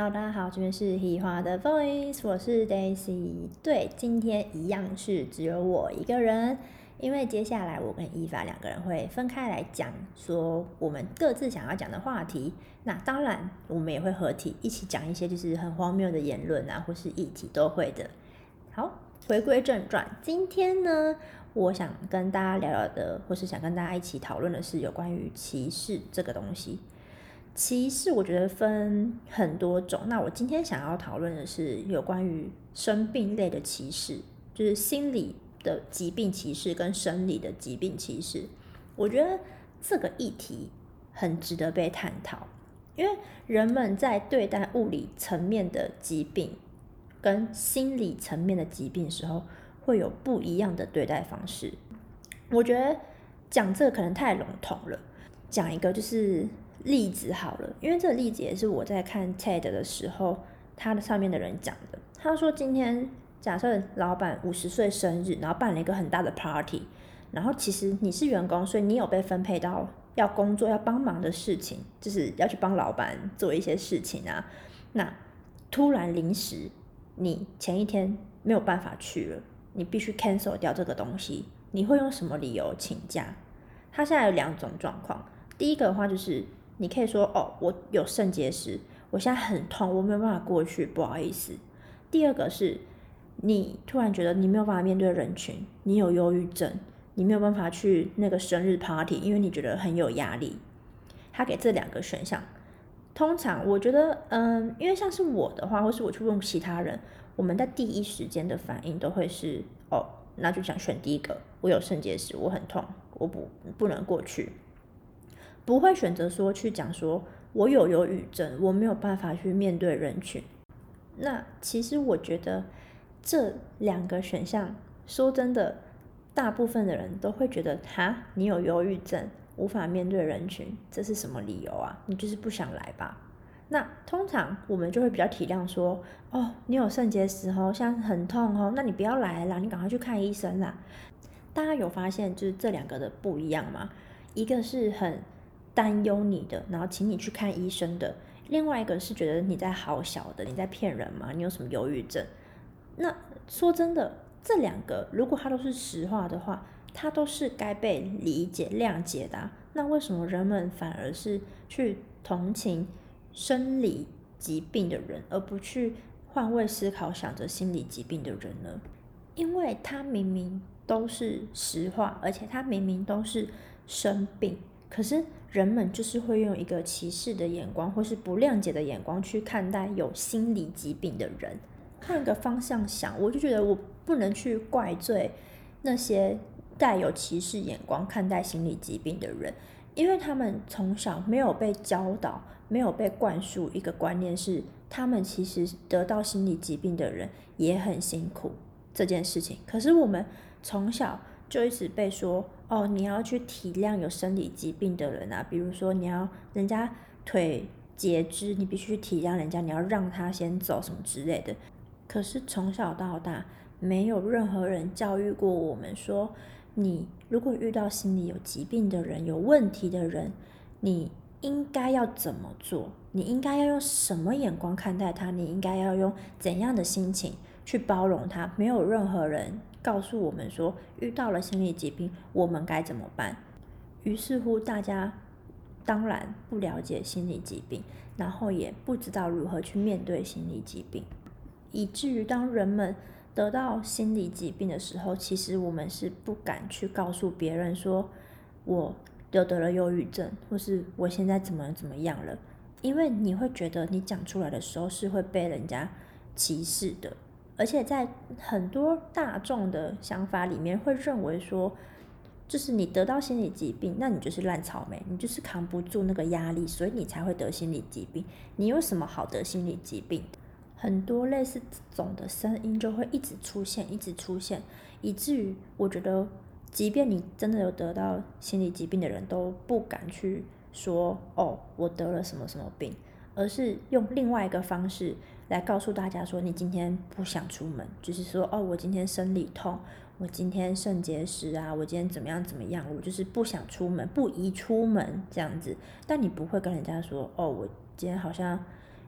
Hello，大家好，这边是喜华的 Voice， 我是 Daisy。对，今天一样是只有我一个人，因为接下来我跟伊法两个人会分开来讲，说我们各自想要讲的话题。那当然，我们也会合体一起讲一些就是很荒谬的言论啊，或是议题都会的。好，回归正传，今天呢，我想跟大家聊聊的，或是想跟大家一起讨论的是有关于歧视这个东西。歧视我觉得分很多种，那我今天想要讨论的是有关于生病类的歧视，就是心理的疾病歧视跟生理的疾病歧视。我觉得这个议题很值得被探讨，因为人们在对待物理层面的疾病跟心理层面的疾病的时候，会有不一样的对待方式。我觉得讲这个可能太笼统了，讲一个就是例子好了，因为这个例子也是我在看 TED 的时候，他的上面的人讲的。他说今天假设老板50岁生日，然后办了一个很大的 party， 然后其实你是员工，所以你有被分配到要工作要帮忙的事情，就是要去帮老板做一些事情啊。那突然临时你前一天没有办法去了，你必须 cancel 掉这个东西，你会用什么理由请假？他现在有两种状况，第一个的话就是你可以说我有肾结石，我现在很痛，我没有办法过去，不好意思。第二个是你突然觉得你没有办法面对人群，你有忧郁症，你没有办法去那个生日 party， 因为你觉得很有压力。他给这两个选项，通常我觉得因为像是我的话，或是我去问其他人，我们在第一时间的反应都会是那就想选第一个，我有肾结石，我很痛，我不能过去，不会选择说去讲说我有忧郁症，我没有办法去面对人群。那其实我觉得这两个选项，说真的，大部分的人都会觉得你有忧郁症，无法面对人群，这是什么理由啊？你就是不想来吧？那通常我们就会比较体谅说，你有肾结石哦，现在很痛哦，那你不要来啦，你赶快去看医生啦。大家有发现就是这两个的不一样吗？一个是很担忧你的，然后请你去看医生的，另外一个是觉得你在好小的，你在骗人吗？你有什么忧郁症？那说真的，这两个如果它都是实话的话，它都是该被理解谅解的那为什么人们反而是去同情生理疾病的人，而不去换位思考想着心理疾病的人呢？因为他明明都是实话，而且他明明都是生病，可是人们就是会用一个歧视的眼光或是不谅解的眼光去看待有心理疾病的人。换个方向想，我就觉得我不能去怪罪那些带有歧视眼光看待心理疾病的人，因为他们从小没有被教导，没有被灌输一个观念是，他们其实得到心理疾病的人也很辛苦这件事情。可是我们从小就一直被说，你要去体谅有生理疾病的人啊，比如说你要人家腿截肢，你必须体谅人家，你要让他先走什么之类的。可是从小到大，没有任何人教育过我们说，你如果遇到心理有疾病的人、有问题的人，你应该要怎么做？你应该要用什么眼光看待他？你应该要用怎样的心情去包容他？没有任何人告诉我们说，遇到了心理疾病，我们该怎么办？于是乎，大家当然不了解心理疾病，然后也不知道如何去面对心理疾病。以至于当人们得到心理疾病的时候，其实我们是不敢去告诉别人说我得了忧郁症，或是我现在怎么样了，因为你会觉得你讲出来的时候是会被人家歧视的，而且在很多大众的想法里面会认为说，就是你得到心理疾病，那你就是烂草莓，你就是扛不住那个压力，所以你才会得心理疾病。你有什么好得心理疾病？很多类似这种的声音就会一直出现，一直出现，以至于我觉得，即便你真的有得到心理疾病的人，都不敢去说我得了什么什么病，而是用另外一个方式来告诉大家说，你今天不想出门，就是说我今天生理痛，我今天肾结石啊，我今天怎么样，我就是不想出门，不宜出门这样子。但你不会跟人家说我今天好像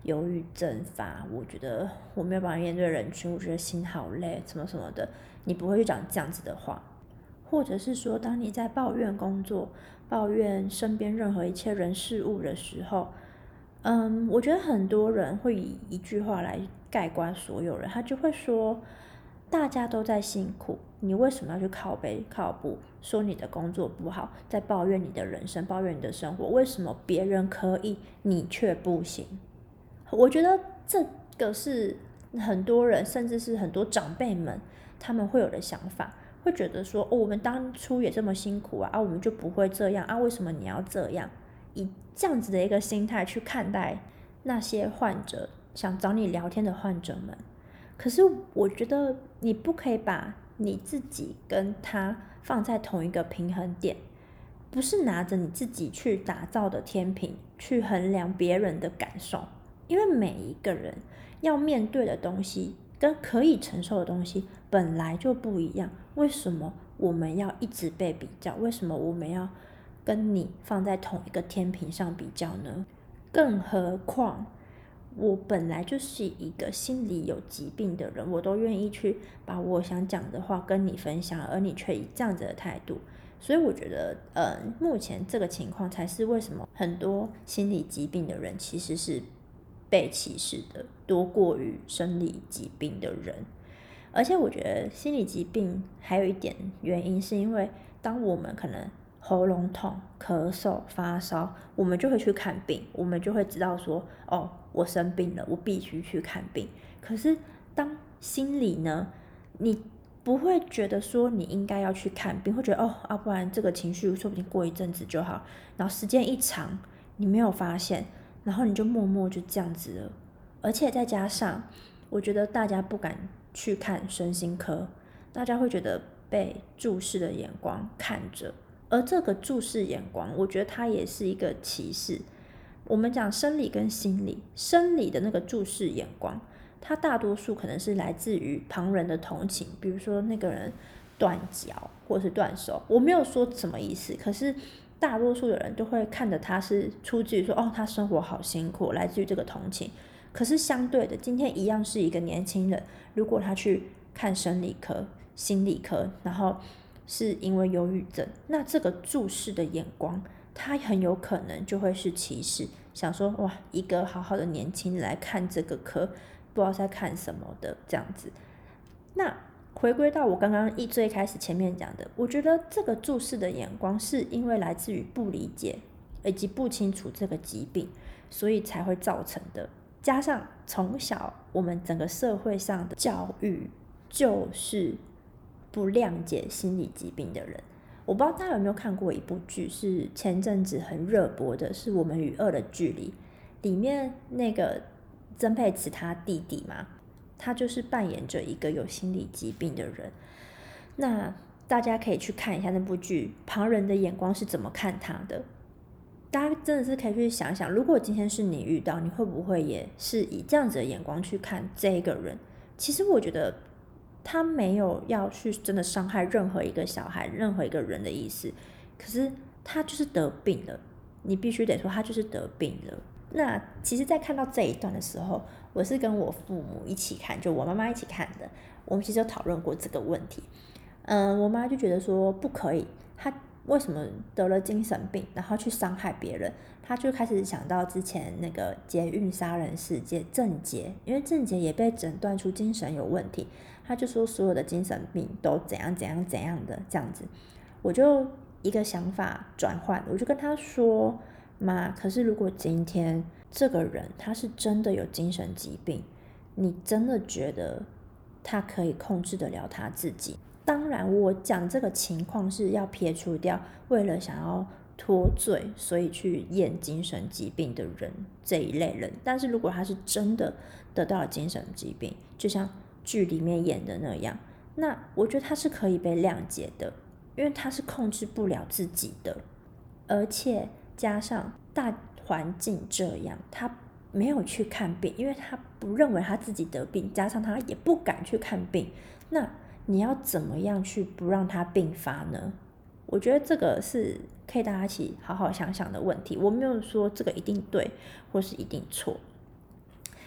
忧郁症发，我觉得我没有办法面对人群，我觉得心好累，什么什么的，你不会去讲这样子的话。或者是说，当你在抱怨工作、抱怨身边任何一切人事物的时候，我觉得很多人会以一句话来概括所有人，他就会说，大家都在辛苦，你为什么要去靠背靠步，说你的工作不好，在抱怨你的人生，抱怨你的生活，为什么别人可以，你却不行？我觉得这个是很多人，甚至是很多长辈们，他们会有的想法，会觉得说，我们当初也这么辛苦啊，我们就不会这样啊，为什么你要这样？以这样子的一个心态去看待那些患者，想找你聊天的患者们。可是我觉得你不可以把你自己跟他放在同一个平衡点，不是拿着你自己去打造的天平去衡量别人的感受，因为每一个人要面对的东西跟可以承受的东西本来就不一样，为什么我们要一直被比较？为什么我们要跟你放在同一个天平上比较呢？更何况我本来就是一个心理有疾病的人，我都愿意去把我想讲的话跟你分享，而你却以这样子的态度，所以我觉得目前这个情况才是为什么很多心理疾病的人其实是被歧视的，多过于生理疾病的人。而且我觉得心理疾病还有一点原因，是因为当我们可能喉咙痛、咳嗽、发烧，我们就会去看病，我们就会知道说，我生病了，我必须去看病。可是当心理呢，你不会觉得说你应该要去看病，会觉得不然这个情绪说不定过一阵子就好，然后时间一长，你没有发现，然后你就默默就这样子了。而且再加上，我觉得大家不敢去看身心科，大家会觉得被注视的眼光看着，而这个注视眼光，我觉得它也是一个歧视。我们讲生理跟心理，生理的那个注视眼光，它大多数可能是来自于旁人的同情，比如说那个人断脚或是断手，我没有说什么意思，可是大多数的人都会看着他是出自于说，他生活好辛苦，来自于这个同情。可是相对的，今天一样是一个年轻人，如果他去看生理科、心理科，然后是因为忧郁症，那这个注视的眼光，他很有可能就会是歧视，想说哇，一个好好的年轻人来看这个科，不知道在看什么的这样子。那回归到我刚刚最开始前面讲的，我觉得这个注视的眼光是因为来自于不理解以及不清楚这个疾病，所以才会造成的。加上从小我们整个社会上的教育就是不谅解心理疾病的人。我不知道大家有没有看过一部剧，是前阵子很热播的，是我们与恶的距离，里面那个曾沛慈他弟弟嘛，他就是扮演着一个有心理疾病的人。那大家可以去看一下那部剧，旁人的眼光是怎么看他的。大家真的是可以去想想，如果今天是你遇到，你会不会也是以这样子的眼光去看这个人？其实我觉得他没有要去真的伤害任何一个小孩、任何一个人的意思，可是他就是得病了，你必须得说他就是得病了。那其实在看到这一段的时候，我是跟我父母一起看，就我妈妈一起看的，我们其实有讨论过这个问题。我妈就觉得说不可以，她为什么得了精神病，然后去伤害别人？她就开始想到之前那个捷运杀人事件，郑捷，因为郑捷也被诊断出精神有问题，她就说所有的精神病都怎样怎样怎样的这样子。我就一个想法转换，我就跟她说，妈，可是如果今天这个人他是真的有精神疾病，你真的觉得他可以控制得了他自己？当然我讲这个情况是要撇除掉为了想要脱罪所以去验精神疾病的人这一类人，但是如果他是真的得到了精神疾病，就像剧里面演的那样，那我觉得他是可以被谅解的，因为他是控制不了自己的，而且加上大环境这样，他没有去看病，因为他不认为他自己得病，加上他也不敢去看病，那你要怎么样去不让他病发呢？我觉得这个是可以大家一起好好想想的问题。我没有说这个一定对或是一定错，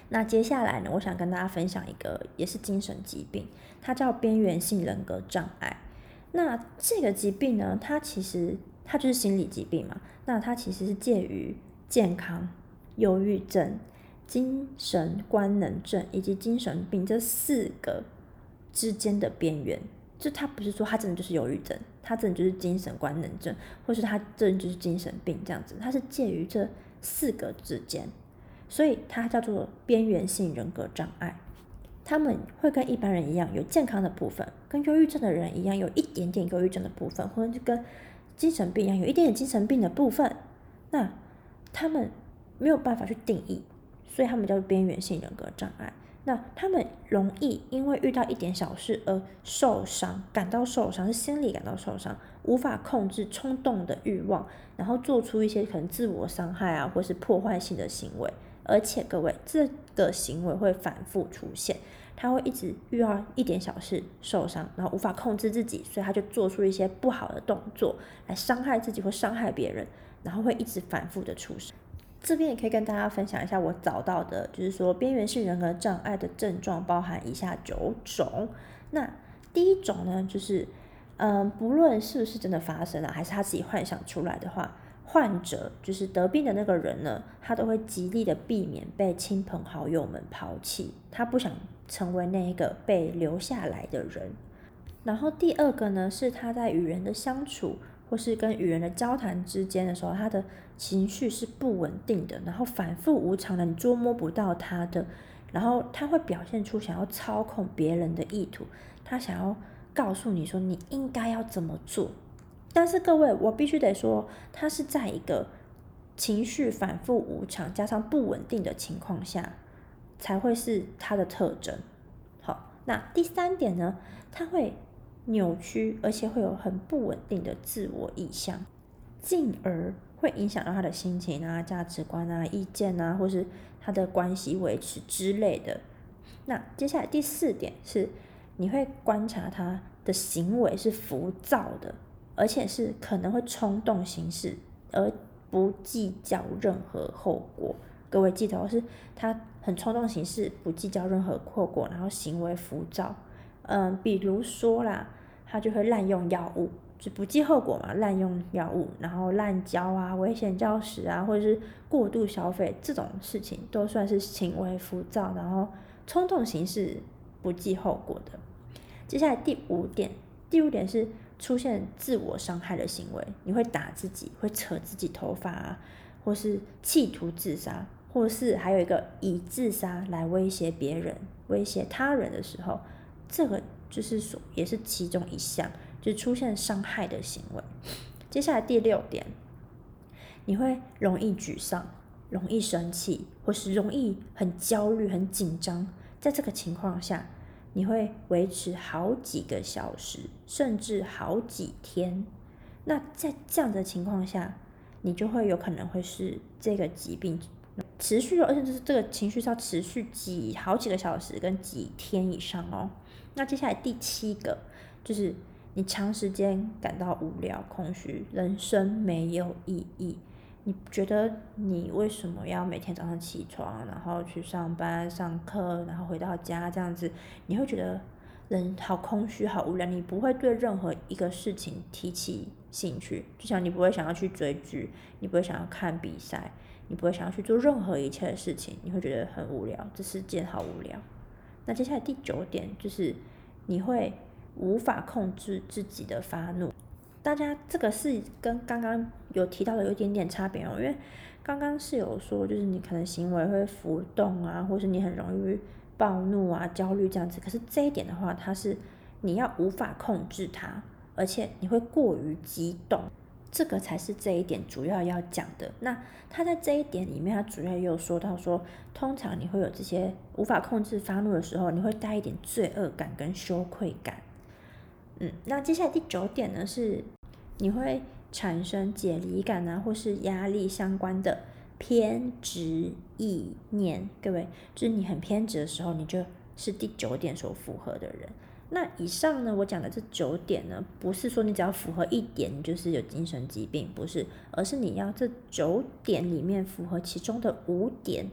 那接下来呢，我想跟大家分享一个也是精神疾病，它叫边缘性人格障碍。那这个疾病呢，它就是心理疾病嘛，那它其实是介于健康、忧郁症、精神官能症以及精神病这4个之间的边缘。就它不是说它真的就是忧郁症，它真的就是精神官能症，或是它真的就是精神病这样子，它是介于这4个之间，所以它叫做边缘性人格障碍。他们会跟一般人一样有健康的部分，跟忧郁症的人一样有一点点忧郁症的部分，或者就跟精神病一样有一点点精神病的部分。那他们没有办法去定义，所以他们叫做边缘性人格障碍。那他们容易因为遇到一点小事而受伤，感到受伤，是心理感到受伤，无法控制冲动的欲望，然后做出一些可能自我伤害啊，或是破坏性的行为。而且各位，这个行为会反复出现，他会一直遇到一点小事受伤，然后无法控制自己，所以他就做出一些不好的动作来伤害自己或伤害别人，然后会一直反复的出现。这边也可以跟大家分享一下我找到的，就是说边缘性人格障碍的症状包含以下9种。那第一种呢，就是不论是不是真的发生了，还是他自己幻想出来的话，患者就是得病的那个人呢，他都会极力的避免被亲朋好友们抛弃，他不想成为那一个被留下来的人。然后第二个呢，是他在与人的相处或是跟与人的交谈之间的时候，他的情绪是不稳定的，然后反复无常的，你捉摸不到他的，然后他会表现出想要操控别人的意图，他想要告诉你说你应该要怎么做。但是各位，我必须得说，他是在一个情绪反复无常加上不稳定的情况下，才会是他的特征。好，那第3点呢，他会扭曲，而且会有很不稳定的自我意向，进而会影响到他的心情啊、价值观啊、意见啊，或是他的关系维持之类的。那接下来第4点是，你会观察他的行为是浮躁的，而且是可能会冲动行事，而不计较任何后果。各位记得是他很冲动行事，不计较任何后果，然后行为浮躁。比如说啦，他就会滥用药物，就不计后果嘛，滥用药物，然后滥交啊、危险教食啊，或者是过度消费，这种事情都算是行为浮躁，然后冲动行事，不计后果的。接下来第5点是出现自我伤害的行为，你会打自己，会扯自己头发啊，或是企图自杀，或是还有一个以自杀来威胁别人、威胁他人的时候，这个就是也是其中一项，就是出现伤害的行为。接下来第6点，你会容易沮丧、容易生气，或是容易很焦虑、很紧张。在这个情况下，你会维持好几个小时，甚至好几天。那在这样的情况下，你就会有可能会是这个疾病持续，而且就是这个情绪是要持续好几个小时跟几天以上哦。那接下来第7个就是你长时间感到无聊、空虚，人生没有意义。你觉得你为什么要每天早上起床，然后去上班、上课，然后回到家这样子？你会觉得人好空虚、好无聊，你不会对任何一个事情提起兴趣，就像你不会想要去追剧，你不会想要看比赛，你不会想要去做任何一切的事情，你会觉得很无聊，这世界好无聊。那接下来第9点就是你会无法控制自己的发怒。大家这个是跟刚刚有提到的有一点点差别哦，因为刚刚是有说就是你可能行为会浮动啊，或是你很容易暴怒啊、焦虑这样子，可是这一点的话，它是你要无法控制它，而且你会过于激动，这个才是这一点主要要讲的。那他在这一点里面，他主要也有说到说，通常你会有这些无法控制发怒的时候，你会带一点罪恶感跟羞愧感。那接下来第9点呢，是你会产生解离感啊，或是压力相关的偏执意念。各位，就是你很偏执的时候，你就是第9点所符合的人。那以上呢，我讲的这9点呢，不是说你只要符合1点，你就是有精神疾病，不是，而是你要这9点里面符合其中的5点，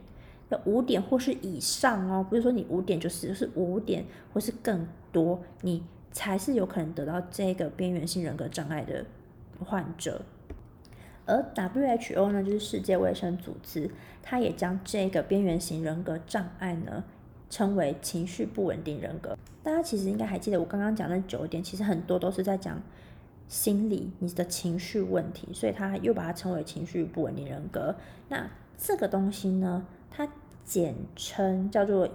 要5点或是以上哦，不是说你5点就是5点或是更多，你才是有可能得到这个边缘性人格障碍的患者。而 WHO 呢，就是世界卫生组织，它也将这个边缘型人格障碍呢称为情绪不稳定人格。大家其实应该还记得我刚刚讲的9点，其实很多都是在讲心理你的情绪问题，所以它又把它称为情绪不稳定人格。那这个东西呢，它简称叫做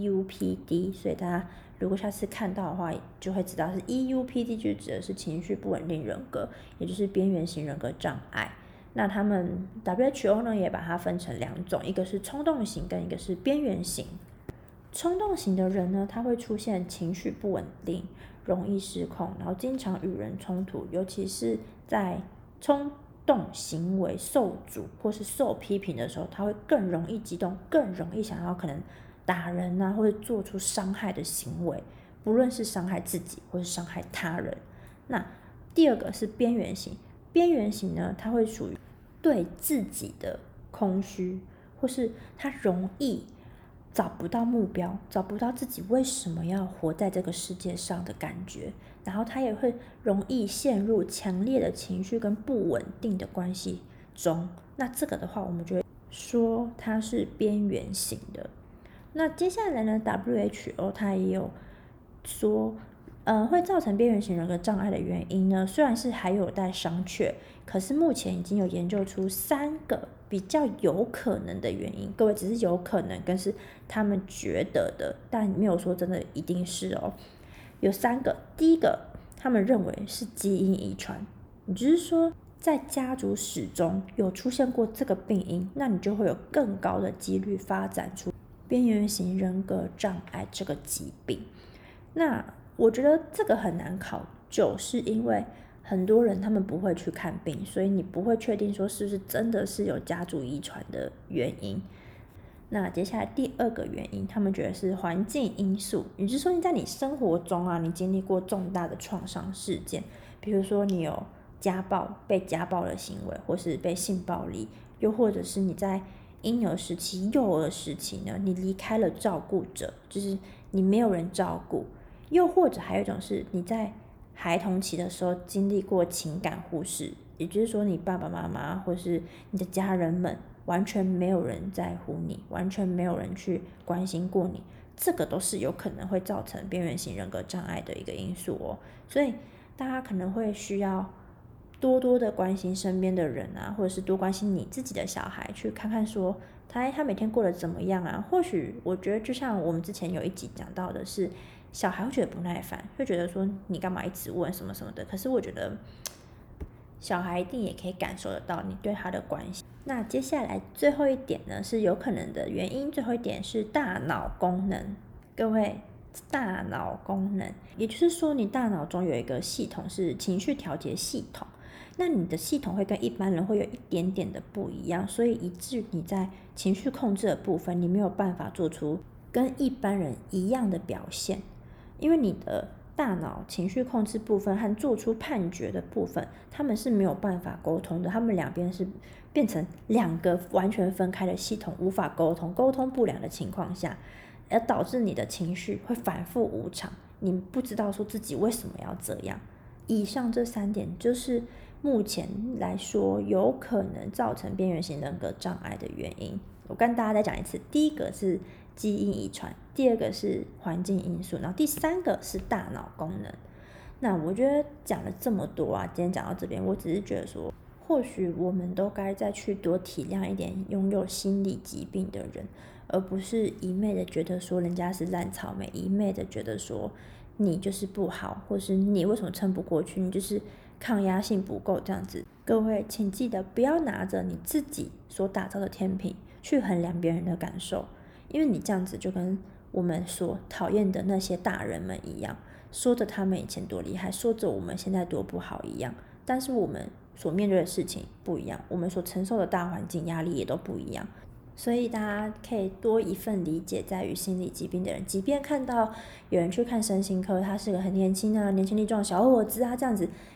EUPD， 所以大家如果下次看到的话，就会知道是 EUPD 就指的是情绪不稳定人格，也就是边缘型人格障碍。那他们 WHO 呢也把它分成2种，一个是冲动型跟一个是边缘型。冲动型的人呢，他会出现情绪不稳定，容易失控，然后经常与人冲突，尤其是在冲动行为受阻或是受批评的时候，他会更容易激动，更容易想要可能打人啊，或者做出伤害的行为，不论是伤害自己或是伤害他人。那第二个是边缘型，边缘型呢，它会属于对自己的空虚，或是他容易找不到目标，找不到自己为什么要活在这个世界上的感觉，然后他也会容易陷入强烈的情绪跟不稳定的关系中。那这个的话，我们就会说它是边缘型的。那接下来呢 ，WHO 它也有说，会造成边缘型人格障碍的原因呢，虽然是还有待商榷，可是目前已经有研究出3个比较有可能的原因。各位只是有可能，跟是他们觉得的，但没有说真的一定是哦。有3个，第一个他们认为是基因遗传，也就是说在家族史中有出现过这个病因，那你就会有更高的几率发展出边缘型人格障碍这个疾病。那我觉得这个很难考究，是因为很多人他们不会去看病，所以你不会确定说是不是真的是有家族遗传的原因。那接下来第2个原因，他们觉得是环境因素，也就是说你在你生活中啊，你经历过重大的创伤事件，比如说你有被家暴的行为，或是被性暴力，又或者是你在婴儿时期、幼儿时期呢，你离开了照顾者，就是你没有人照顾，又或者还有一种是你在孩童期的时候经历过情感忽视，也就是说你爸爸妈妈或是你的家人们完全没有人在乎你，完全没有人去关心过你，这个都是有可能会造成边缘型人格障碍的一个因素哦。所以大家可能会需要多多的关心身边的人啊，或者是多关心你自己的小孩，去看看说他每天过得怎么样啊。或许我觉得就像我们之前有一集讲到的是，小孩会觉得不耐烦，会觉得说你干嘛一直问什么什么的，可是我觉得小孩一定也可以感受得到你对他的关心。那接下来最后一点呢，是有可能的原因，最后一点是大脑功能。各位，大脑功能，也就是说你大脑中有一个系统是情绪调节系统，那你的系统会跟一般人会有一点点的不一样，所以以至于你在情绪控制的部分，你没有办法做出跟一般人一样的表现，因为你的大脑情绪控制部分和做出判决的部分，他们是没有办法沟通的，他们两边是变成2个完全分开的系统，无法沟通不良的情况下，而导致你的情绪会反复无常，你不知道说自己为什么要这样。以上这3点就是目前来说有可能造成边缘型人格障碍的原因。我跟大家再讲一次，第1个是基因遗传，第2个是环境因素，然后第3个是大脑功能。那我觉得讲了这么多啊，今天讲到这边，我只是觉得说，或许我们都该再去多体谅一点拥有心理疾病的人，而不是一昧的觉得说人家是烂草莓，一昧的觉得说你就是不好，或是你为什么撑不过去，你就是抗压性不够这样子。各位请记得不要拿着你自己所打造的天平去衡量别人的感受，因为你这样子就跟我们所讨厌的那些大人们一样，说着他们以前多厉害，说着我们现在多不好一样，但是我们所面对的事情不一样，我们所承受的大环境压力也都不一样。所以大家可以多一份理解在于心理疾病的人，即便看到有人去看身心科，他是个很年轻力壮的小伙子啊，这样子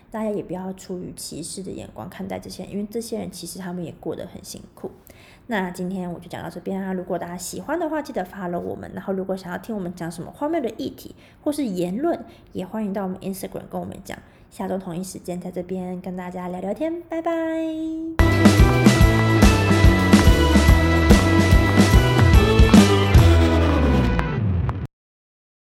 大家也不要出于歧视的眼光看待这些人，因为这些人其实他们也过得很辛苦。那今天我就讲到这边啊，如果大家喜欢的话，记得 follow 我们，然后如果想要听我们讲什么荒谬的议题或是言论，也欢迎到我们 Instagram 跟我们讲。下周同一时间在这边跟大家聊聊天，拜拜。